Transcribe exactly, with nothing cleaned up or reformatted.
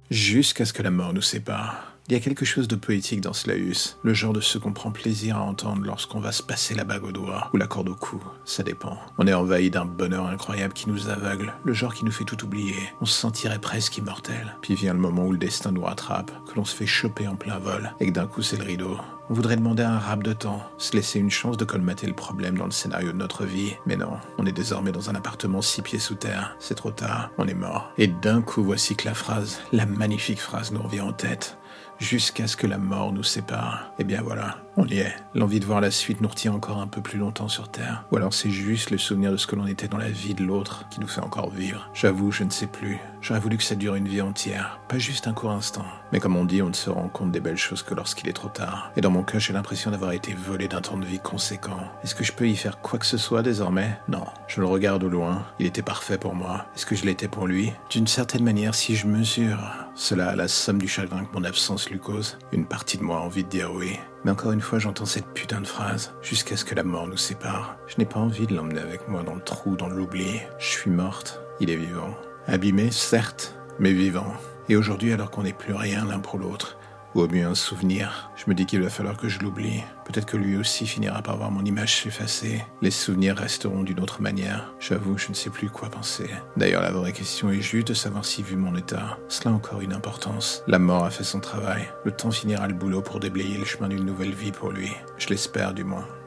Jusqu'à ce que la mort nous sépare. Il y a quelque chose de poétique dans ce laïus, le genre de ce qu'on prend plaisir à entendre lorsqu'on va se passer la bague au doigt, ou la corde au cou, ça dépend. On est envahi d'un bonheur incroyable qui nous aveugle, le genre qui nous fait tout oublier, on se sentirait presque immortel. Puis vient le moment où le destin nous rattrape, que l'on se fait choper en plein vol, et que d'un coup c'est le rideau. On voudrait demander un rap de temps, se laisser une chance de colmater le problème dans le scénario de notre vie. Mais non, on est désormais dans un appartement six pieds sous terre. C'est trop tard, on est mort. Et d'un coup, voici que la phrase, la magnifique phrase nous revient en tête. Jusqu'à ce que la mort nous sépare. Eh bien voilà, on y est. L'envie de voir la suite nous retient encore un peu plus longtemps sur Terre. Ou alors c'est juste le souvenir de ce que l'on était dans la vie de l'autre qui nous fait encore vivre. J'avoue, je ne sais plus. J'aurais voulu que ça dure une vie entière, pas juste un court instant. Mais comme on dit, on ne se rend compte des belles choses que lorsqu'il est trop tard. Et dans mon cas, j'ai l'impression d'avoir été volé d'un temps de vie conséquent. Est-ce que je peux y faire quoi que ce soit désormais? Non. Je le regarde au loin. Il était parfait pour moi. Est-ce que je l'étais pour lui? D'une certaine manière, si je mesure cela à la somme du chagrin que mon absence lui cause, une partie de moi a envie de dire oui. Mais encore une fois, j'entends cette putain de phrase, jusqu'à ce que la mort nous sépare. Je n'ai pas envie de l'emmener avec moi dans le trou, dans l'oubli. Je suis morte, il est vivant. Abîmé, certes, mais vivant. Et aujourd'hui, alors qu'on n'est plus rien l'un pour l'autre, ou au mieux un souvenir, je me dis qu'il va falloir que je l'oublie. Peut-être que lui aussi finira par voir mon image s'effacer. Les souvenirs resteront d'une autre manière. J'avoue, je ne sais plus quoi penser. D'ailleurs, la vraie question est juste de savoir si, vu mon état, cela a encore une importance. La mort a fait son travail. Le temps finira le boulot pour déblayer le chemin d'une nouvelle vie pour lui. Je l'espère, du moins.